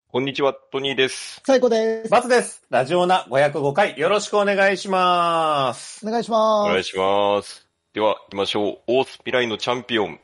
こんにちは、トニーです。 最高です。 バツです。ラジオナ505回よろしくお願いします。 お願いします。 お願いします。では、行きましょう。オース未来のチャンピオン。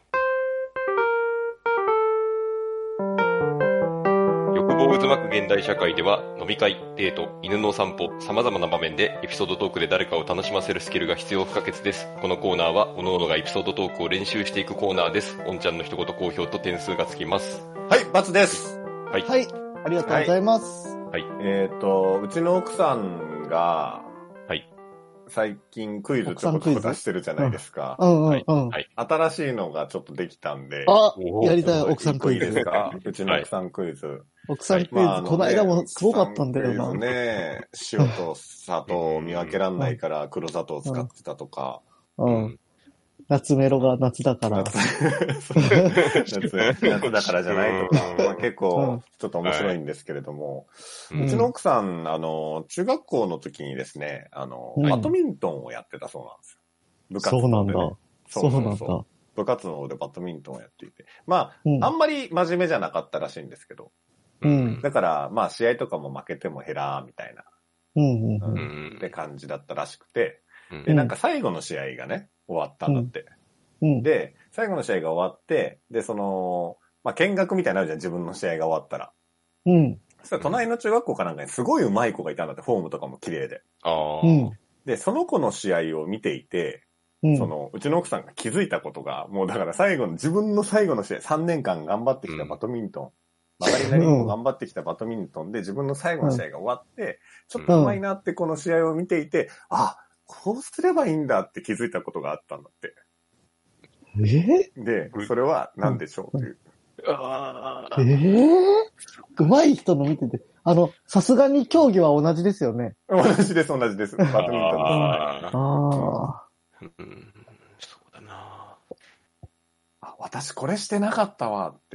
欲望渦巻く現代社会では、飲み会、デート、犬の散歩、様々な場面でエピソードトークで誰かを楽しませるスキルが必要不可欠です。このコーナーは、各々がエピソードトークを練習していくコーナーです。おんちゃんの一言好評と点数がつきます。 はい、バツです。 はい。 はい、ありがとうございます。 はい。 うちの奥さんが、 はい。 最近クイズちょこちょこ出してるじゃないですか。 はい。 新しいのがちょっとできたんで。 やりたい、奥さんクイズ。 いいですか？うちの奥さんクイズ。 奥さんクイズ、この間もすごかったんだよな。 ね、塩と砂糖を見分けらんないから黒砂糖を使ってたとか。 夏メロが夏だから。 夏だからじゃないとか、結構ちょっと面白いんですけれども、うちの奥さん、中学校の時にですね、バドミントンをやってたそうなんですよ。部活動で、ね。 そうなんだ。 部活動でバドミントンをやっていて。まあ、あんまり真面目じゃなかったらしいんですけど。だから、まあ、試合とかも負けてもヘラーみたいな。って感じだったらしくて。で、なんか最後の試合がね、終わったんだって。で、最後の試合が終わって、で、まあ、見学みたいになるじゃん、自分の試合が終わったら。そしたら隣の中学校かなんかにすごい上手い子がいたんだって、フォームとかも綺麗で。で、その子の試合を見ていて、うちの奥さんが気づいたことが、もうだから自分の最後の試合、3年間頑張ってきたバドミントン、曲がりなりにも頑張ってきたバドミントンで自分の最後の試合が終わって、ちょっと上手いなってこの試合を見ていて、こうすればいいんだって気づいたことがあったんだって。で、それは何でしょうという。 上手い人の見てて、さすがに競技は同じですよね。 同じです。バドミントンです。 そうだな。 私これしてなかったわって。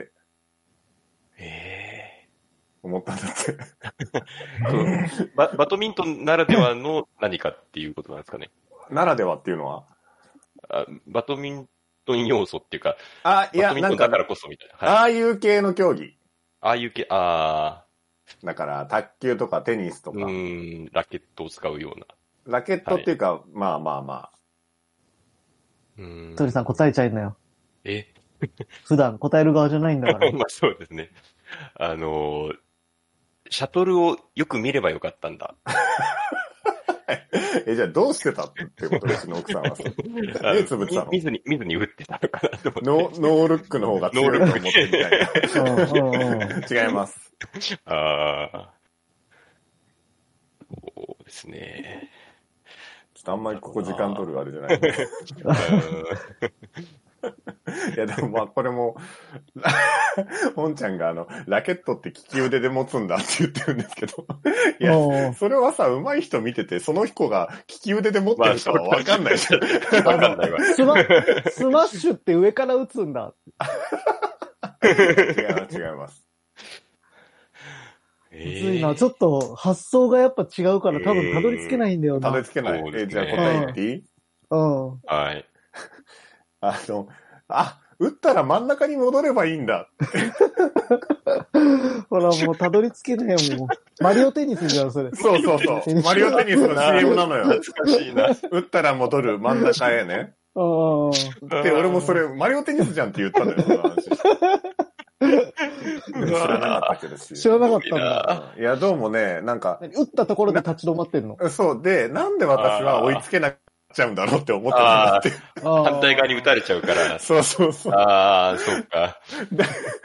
思ったんだって。 バドミントンならではの何かっていうことなんですかね。 ならではっていうのはバドミントン要素っていうか、 いや、 バドミントンだからこそみたいな。 ああいう系の競技。 だから、卓球とかテニスとか。 ラケットを使うような。 ラケットっていうか、まあ。 鳥さん答えちゃいなよ。普段答える側じゃないんだから。 まあそうですね。シャトルをよく見ればよかったんだ。 じゃあどうしてたってことですね、奥さんは。目つぶってたの？ 見ずに打ってたのかなと思って。 ノールックの方が強いと思ってみたいな。違います。 そうですね。 ちょっとあんまりここ時間取るあれじゃない。いやでもまあこれも、本ちゃんがラケットって利き腕で持つんだって言ってるんですけど。いや、それはさ、上手い人見てて、その人が利き腕で持ってるかはわかんないじゃん。 わかんないわ。 スマッシュって上から打つんだ。 違います。 むずいな。ちょっと発想がやっぱ違うから多分たどり着けないんだよな。 たどり着けない。じゃあ答え言っていい？ はい。 打ったら真ん中に戻ればいいんだ。 ほら、もうたどり着けないよ、もう。マリオテニスじゃん、それ。 そう。マリオテニスの CM なのよ。 懐かしいな。 打ったら戻る真ん中へね。で、俺もそれ、マリオテニスじゃんって言ったのよ、その話。知らなかったけど。 知らなかったんだ。 いや、どうもね、なんか。 打ったところで立ち止まってんの？ そう。で、なんで私は追いつけなくちゃうんだろうって思ってたんだって。 反対側に打たれちゃうから。 そう。 そうか。 で、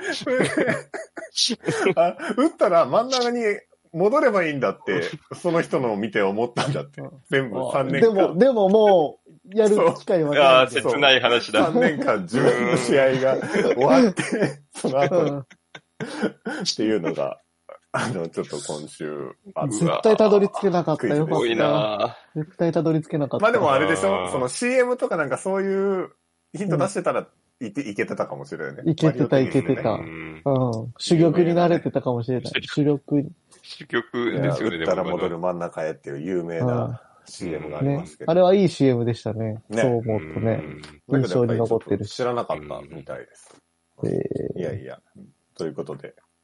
打ったら真ん中に戻ればいいんだって、その人のを見て思ったんだって。全部3年間。 でももう、やる機会はない。切ない話だ。 3年間自分の試合が終わって、その後、っていうのが、ちょっと今週。 絶対たどり着けなかった。よかった。絶対たどり着けなかった。 まあでもあれでしょ、その CM とかなんかそういうヒント出してたらいけてたかもしれないね。 いけてた。珠玉に慣れてたかもしれない。珠玉ですよね。 打ったら戻る真ん中へっていう有名な CM がありますけど。 あれはいい CM でしたね。そう思うとね。印象に残ってるし。 知らなかったみたいです。いや。ということで、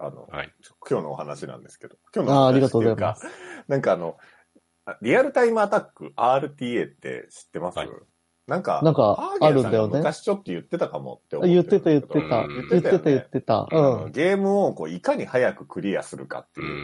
はい、 今日のお話なんですけど。今日のお話ありがとうございます。 なんかリアルタイムアタック RTA って知ってます？はい、なんかあるんだよね。 昔ちょっと言ってたかもって思って。 言ってた。言ってた。 ゲームをいかに早くクリアするかっていう。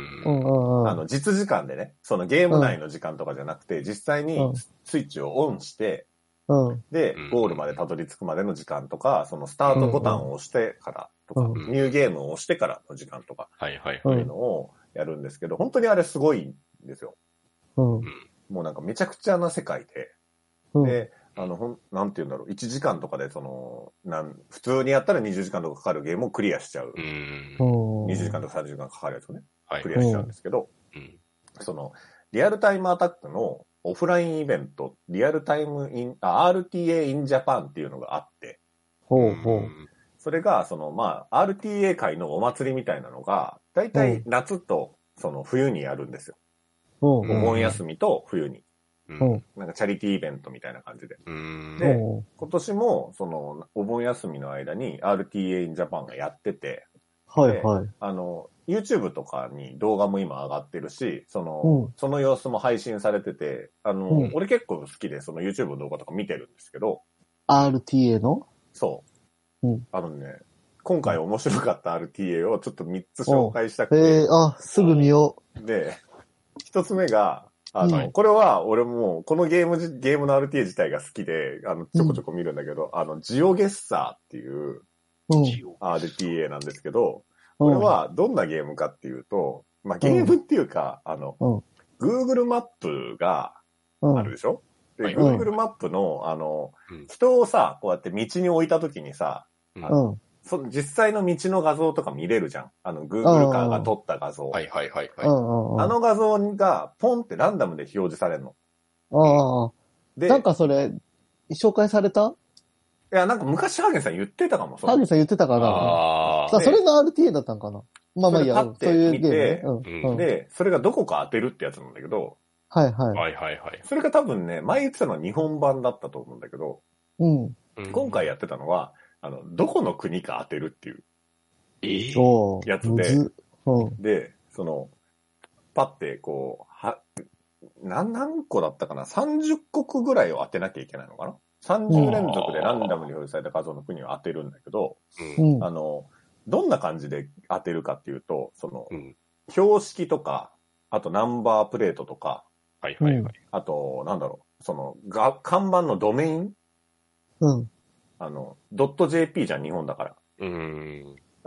実時間でね、そのゲーム内の時間とかじゃなくて、実際にスイッチをオンして、で、ゴールまでたどり着くまでの時間とか、そのスタートボタンを押してからとか、ニューゲームを押してからの時間とか、いうのをやるんですけど、本当にあれすごいんですよ。もうなんかめちゃくちゃな世界で、で、なんて言うんだろう、1時間とかで普通にやったら20時間とかかかるゲームをクリアしちゃう。20時間とか30時間かかるやつをね、クリアしちゃうんですけど、リアルタイムアタックのオフラインイベント、リアルタイムRTA in Japan っていうのがあって、それが、RTA 界のお祭りみたいなのが、だいたい夏と、冬にやるんですよ。お盆休みと冬に。なんかチャリティーイベントみたいな感じで。で、今年も、お盆休みの間に RTA in Japan がやってて、YouTube とかに動画も今上がってるし、その様子も配信されてて、俺結構好きで、YouTube の動画とか見てるんですけど。 RTA の？ そう。今回面白かった RTA をちょっと3つ紹介したくて。 すぐ見よう。で、1つ目が、これは俺もこのゲームの RTA 自体が好きで、ちょこちょこ見るんだけど、ジオゲッサーっていう RTA なんですけど、これはどんなゲームかっていうと、ゲームっていうか、Google マップがあるでしょ？で、Google マップの、人をさ、こうやって道に置いたときにさ、実際の道の画像とか見れるじゃん。Google カーが撮った画像。あの画像がポンってランダムで表示されるの。 で、なんかそれ、紹介された？ いや、なんか昔ハーゲンさん言ってたかも。 ハーゲンさん言ってたかな。それが RTA だったんかな。まあいいや、 そういう見て、で、それがどこか当てるってやつなんだけど、それが多分ね、前言ってたのは日本版だったと思うんだけど、今回やってたのは、どこの国か当てるっていうやつで、で、パって何個だったかな ?30 国ぐらいを当てなきゃいけないのかな ?30 連続でランダムに表示された画像の国を当てるんだけど、どんな感じで当てるかっていうと、標識とか、あとナンバープレートとか、あと、看板のドメイン.jp じゃん、日本だから。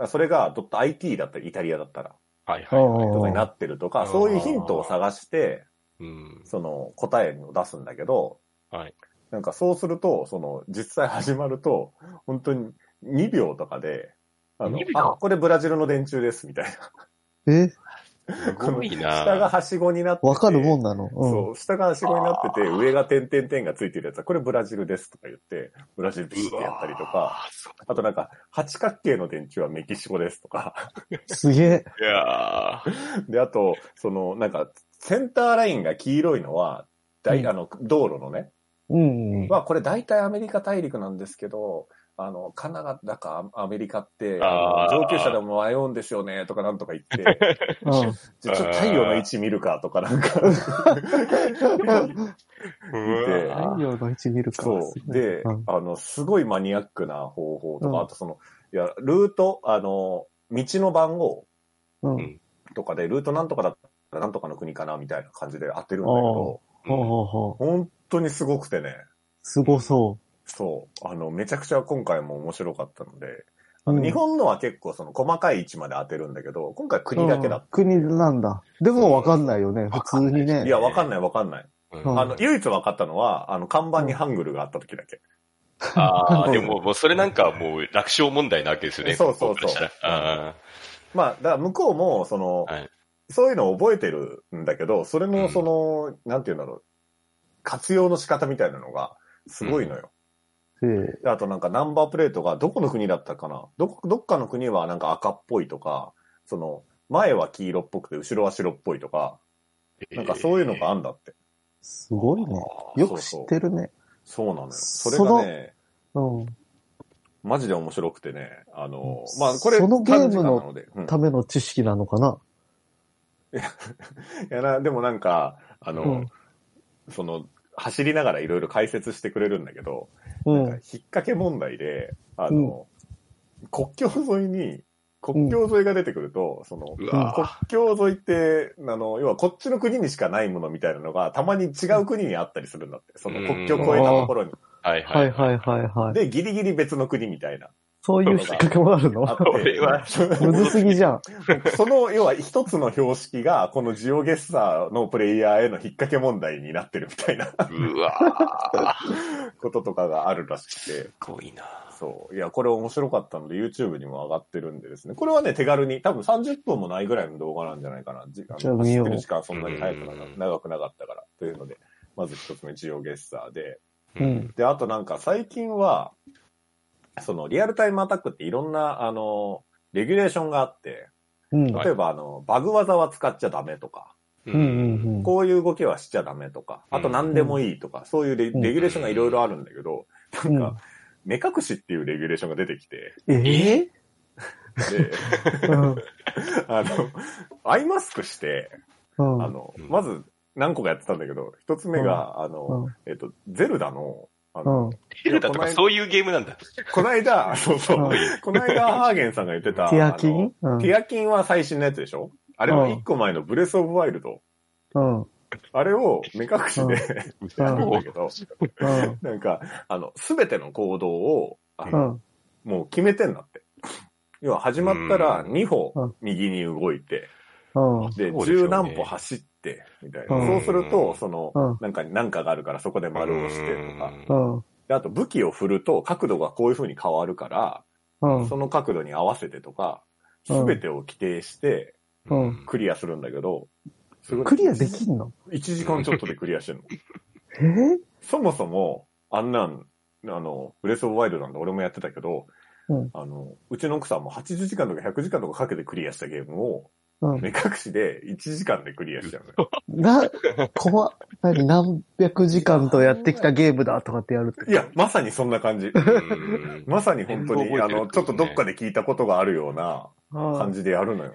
それが .it だったらイタリアだったら。とかになってるとか、そういうヒントを探して、答えを出すんだけど、なんかそうすると、実際始まると、本当に2秒とかで、これブラジルの電柱です、みたいな。 すごいな。 下がはしごになってて。 わかるもんなの。 そう、下がはしごになってて、上が点々点がついてるやつは、これブラジルですとか言って、ブラジルでってやったりとか、あとなんか、八角形の電柱はメキシコですとか。 すげえ。 いやで、あと、なんか、センターラインが黄色いのは、道路のね、これ大体アメリカ大陸なんですけど、カナダかアメリカって、上級者でも迷うんですよね、とかなんとか言って、じゃあちょっと太陽の位置見るかとかなんか見て、 太陽の位置見るか。 そう。で、すごいマニアックな方法とか、あとルート、道の番号とかで、ルートなんとかだったらなんとかの国かな、みたいな感じで当てるんだけど、本当にすごくてね。 すごそう。 そう。めちゃくちゃ今回も面白かったので、日本のは結構細かい位置まで当てるんだけど、今回国だけだった。 国なんだ。でもわかんないよね、普通にね。 いや、わかんない。唯一わかったのは、看板にハングルがあった時だけ。 でもそれなんかもう楽勝問題なわけですよね。 そう。まあ、だから向こうも、そういうのを覚えてるんだけど、それのなんていうんだろう、活用の仕方みたいなのが、すごいのよ。あとなんかナンバープレートがどこの国だったかな、どっかの国はなんか赤っぽいとか、前は黄色っぽくて後ろは白っぽいとか、なんかそういうのがあんだって。 すごいね。よく知ってるね。 そうなのよ。それがね、 マジで面白くてね。まあ、これ、 そのゲームのための知識なのかな、 いやでもなんか、走りながらいろいろ解説してくれるんだけど、なんか引っ掛け問題で、国境沿いに、国境沿いが出てくると、国境沿いって、要はこっちの国にしかないものみたいなのが、たまに違う国にあったりするんだって。その国境越えたところに。 はいはいはい。 で、ギリギリ別の国みたいな。 そういう引っ掛けもあるの？ これは、 むずすぎじゃん。 要は一つの標識が、このジオゲッサーのプレイヤーへの引っ掛け問題になってるみたいな。 うわこととかがあるらしくて。 すごいな。 そう。いや、これ面白かったので、YouTube にも上がってるんでですね。これはね、手軽に、多分30分もないぐらいの動画なんじゃないかな。走ってる時間そんなに早く長くなかったから。というので、まず一つ目、ジオゲッサーで。で、あとなんか最近は、リアルタイムアタックっていろんな、レギュレーションがあって、例えば、バグ技は使っちゃダメとか、こういう動きはしちゃダメとか、あと何でもいいとか、そういうレギュレーションがいろいろあるんだけど、なんか、目隠しっていうレギュレーションが出てきて、で、アイマスクして、まず何個かやってたんだけど、一つ目が、ゼルダの、 ゼルダとかそういうゲームなんだ。 この間、この間、ハーゲンさんが言ってた、 ティアキンティアキンは最新のやつでしょ？あれは一個前のブレスオブワイルド。あれを目隠しでやるんだけど、なんか、すべての行動を、もう決めてんだって。要は始まったら2歩右に動いて、で、10何歩走って、みたいな。そうすると、なんかがあるからそこで丸を押してとか。で、あと武器を振ると角度がこういう風に変わるから、その角度に合わせてとか、すべてを規定して、クリアするんだけど、 クリアできんの？ 1 時間ちょっとでクリアしてんの。そもそも、ブレスオブワイルドなんで俺もやってたけど、うちの奥さんも80時間とか100時間とかかけてクリアしたゲームを、目隠しで1時間でクリアしちゃうのよ。 何百時間とやってきたゲームだとかってやるって。 いや、まさにそんな感じ。まさに本当に、ちょっとどっかで聞いたことがあるような感じでやるのよ。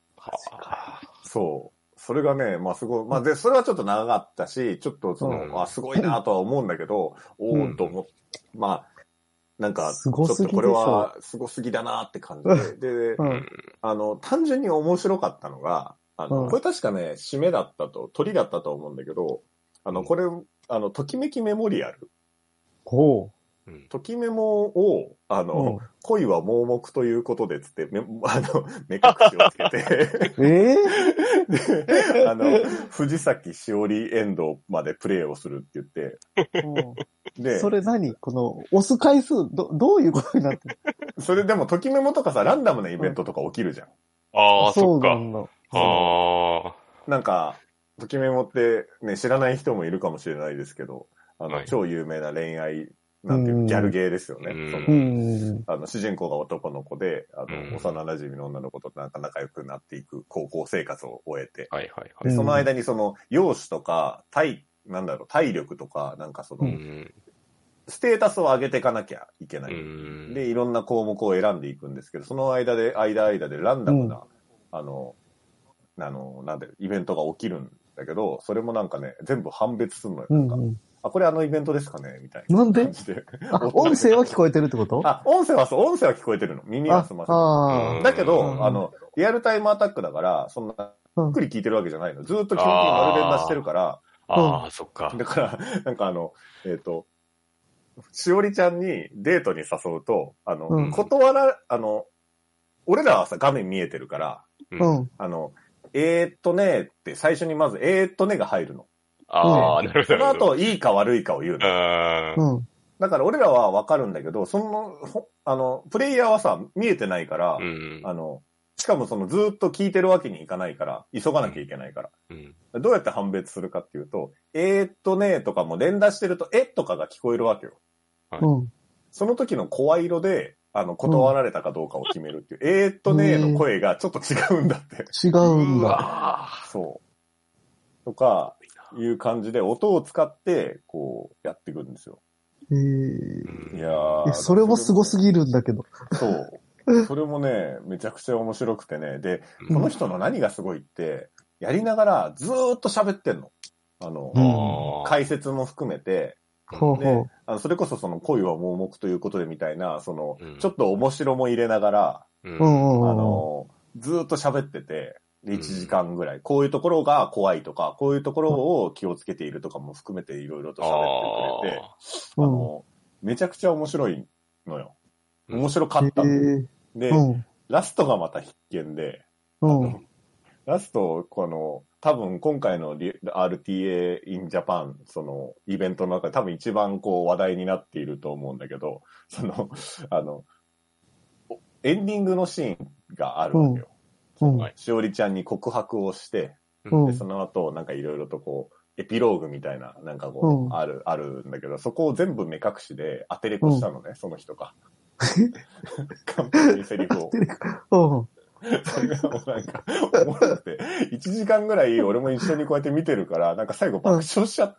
そう。それがね、まあすごい、まあで、それはちょっと長かったし、ちょっとすごいなとは思うんだけど、おーっと思って、まあ、なんか、ちょっとこれはすごすぎだなって感じで、で、単純に面白かったのが、これ確かね、締めだったと、鳥だったと思うんだけど、これ、ときめきメモリアル。ときメモを、恋は盲目ということでつって、目隠しをつけて藤崎しおりエンドまでプレイをするって言って、 で、それ何この、押す回数、どういうことになってる？ それでも、ときメモとかさ、ランダムなイベントとか起きるじゃん。 ああ、そっか。 なんか、ときメモってね、知らない人もいるかもしれないですけど、超有名な恋愛、なんていうギャルゲーですよね。主人公が男の子で、幼馴染の女の子となんか仲良くなっていく高校生活を終えて、でその間に容姿とか、体力とか、なんかステータスを上げていかなきゃいけない。で、いろんな項目を選んでいくんですけど、その間でランダムな、イベントが起きるんだけど、それもなんかね、全部判別するのよ。これイベントですかねみたいな。 なんで？音声は聞こえてるってこと？ 音声は聞こえてるの。耳はすません。だけど、リアルタイムアタックだから、そんな、ゆっくり聞いてるわけじゃないの。ずっと基本的に丸連打してるから、 そっか。 だから、なんかしおりちゃんにデートに誘うと、俺らはさ、画面見えてるから、って最初にまず、ねが入るの。 なるほど。 その後、いいか悪いかを言うの。だから俺らはわかるんだけど、プレイヤーはさ、見えてないから、しかもずっと聞いてるわけにいかないから、急がなきゃいけないから。どうやって判別するかっていうと、とかも連打してると、とかが聞こえるわけよ。その時の声色で、断られたかどうかを決めるっていう、の声がちょっと違うんだって。 違うんだ。 そう。とか、いう感じで、音を使って、こう、やっていくんですよ。 いやー。 それもすごすぎるんだけど。 そう。それもね、めちゃくちゃ面白くてね。で、この人の何がすごいって、やりながらずーっと喋ってんの。解説も含めて、で、それこそその恋は盲目ということでみたいな、ちょっと面白も入れながら、ずーっと喋ってて、で、1時間ぐらい、こういうところが怖いとか、こういうところを気をつけているとかも含めていろいろと喋ってくれて、めちゃくちゃ面白いのよ。面白かった。で、ラストがまた必見で、ラスト、多分今回の RTA in Japan、イベントの中で多分一番話題になっていると思うんだけど、エンディングのシーンがあるわけよ。しおりちゃんに告白をして、で、その後、なんかいろいろとエピローグみたいな、なんかあるんだけど、そこを全部目隠しで当てれこしたのね、その人が。完璧にセリフを。それがもうなんか、おもろくて、1時間ぐらい俺も一緒にこうやって見てるから、なんか最後爆笑しちゃって。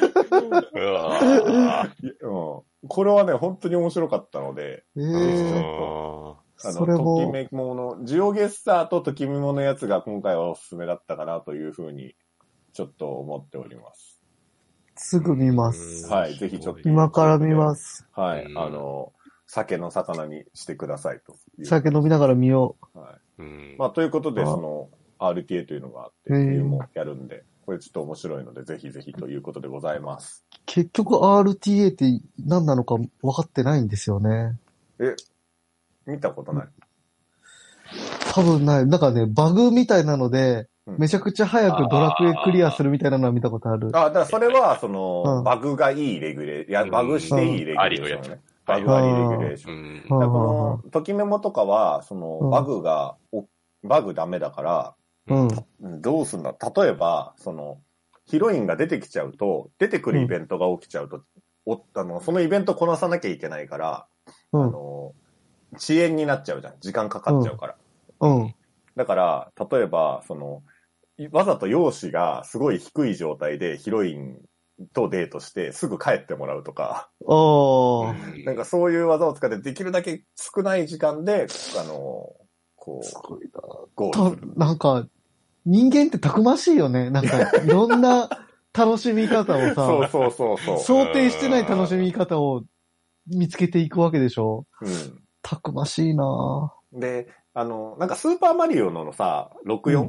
これはね、本当に面白かったので、ちょっと、ときめもの、ジオゲッサーとときめものやつが今回はおすすめだったかなというふうに、ちょっと思っております。 すぐ見ます。 はい、ぜひちょっと。 今から見ます。 はい、酒の魚にしてくださいと。 酒飲みながら見よう。はい。まあ、ということで、RTA というのがあって、冬もやるんで、これちょっと面白いので、ぜひぜひということでございます。 結局 RTA って何なのか分かってないんですよね。 見たことない？ 多分ない。なんかね、バグみたいなので、めちゃくちゃ早くドラクエクリアするみたいなのは見たことある。 だからそれは、バグがいいレギュレーション。バグしていいレギュレーションね。バグありレギュレーション。この、ときメモとかは、バグダメだから、どうすんだ？例えば、ヒロインが出てきちゃうと、出てくるイベントが起きちゃうと、そのイベントこなさなきゃいけないから、遅延になっちゃうじゃん。時間かかっちゃうから。だから、例えば、わざと容姿がすごい低い状態でヒロインとデートしてすぐ帰ってもらうとか。なんかそういう技を使ってできるだけ少ない時間で、 すごいな。ゴールする。なんか、人間ってたくましいよね。なんか、いろんな楽しみ方をさ、 そう。 想定してない楽しみ方を見つけていくわけでしょ。たくましいな。 で、なんかスーパーマリオのさ、64？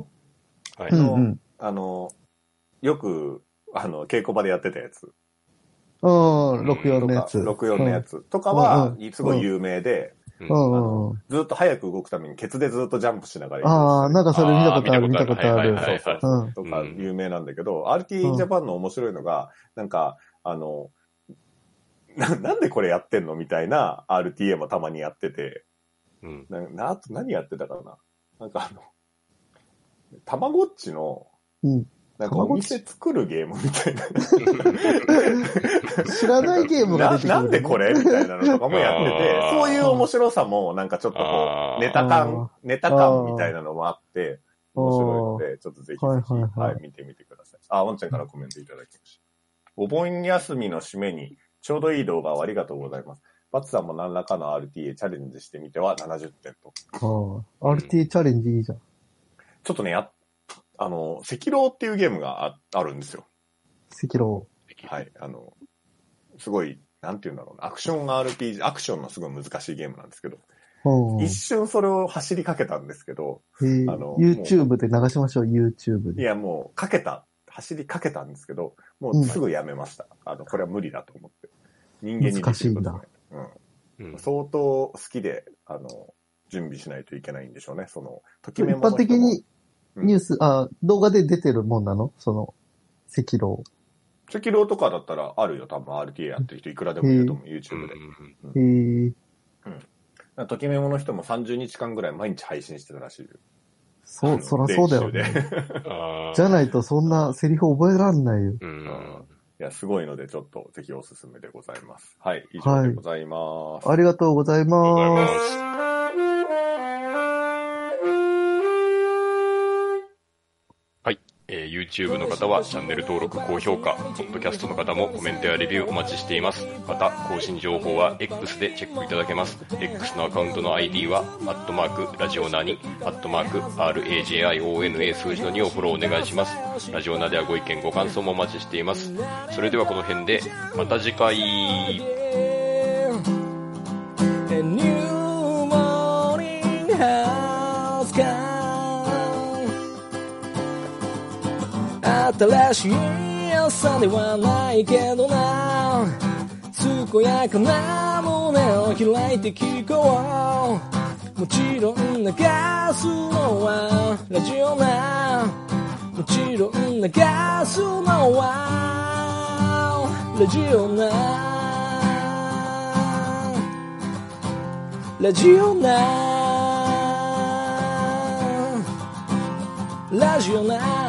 よく、稽古場でやってたやつ。 64のやつ。 64のやつ。とかは、すごい有名で、ずっと早く動くためにケツでずっとジャンプしながらなんかそれ見たことある。 そう。とか有名なんだけど、RTA Japan の面白いのが、なんか、なんでこれやってんのみたいな RTA もたまにやってて、あと何やってたかな？なんかたまごっちの、なんかお店作るゲームみたいな。 知らないゲームが出てくる、 なんでこれみたいなのとかもやってて、そういう面白さもなんかちょっとネタ感みたいなのもあって、面白いので、ちょっとぜひぜひ、見てみてください。ワンちゃんからコメントいただきました。お盆休みの締めにちょうどいい動画をありがとうございます。バツさんも何らかの RTA チャレンジしてみては70点と。 RTA チャレンジいいじゃん。 ちょっとね、赤狼っていうゲームがあるんですよ。 赤狼。 はい。すごい、なんていうんだろうな。アクション RPG、アクションのすごい難しいゲームなんですけど、一瞬それを走りかけたんですけど、 YouTube で流しましょう、YouTube で。 いや、もう、走りかけたんですけど、もうすぐやめました。これは無理だと思って。人間にできることじゃない。難しいんだ。相当好きで、準備しないといけないんでしょうね。ときめもの人も。 一般的にニュース、動画で出てるもんなの？赤狼。 赤狼とかだったらあるよ。多分 RTA やってる人いくらでもいると思う。YouTube で。ときめもの人も30日間ぐらい毎日配信してたらしいよ。 そらそうだよね。じゃないとそんなセリフ覚えらんないよ。 いや、すごいので、ちょっとぜひおすすめでございます。はい、以上でございます。 ありがとうございます。 はい。 YouTube の方はチャンネル登録、高評価、ポッドキャストの方もコメントやレビューお待ちしています。また、更新情報は X でチェックいただけます。X のアカウントの ID は、ラジオナに、RAJIONA 数字の2をフォローお願いします。ラジオナではご意見、ご感想もお待ちしています。それではこの辺で、また次回。 新しい朝ではないけどな、健やかな胸を開いて聞こう。もちろん流すのはラジオな、もちろん流すのはラジオな、ラジオな、ラジオな。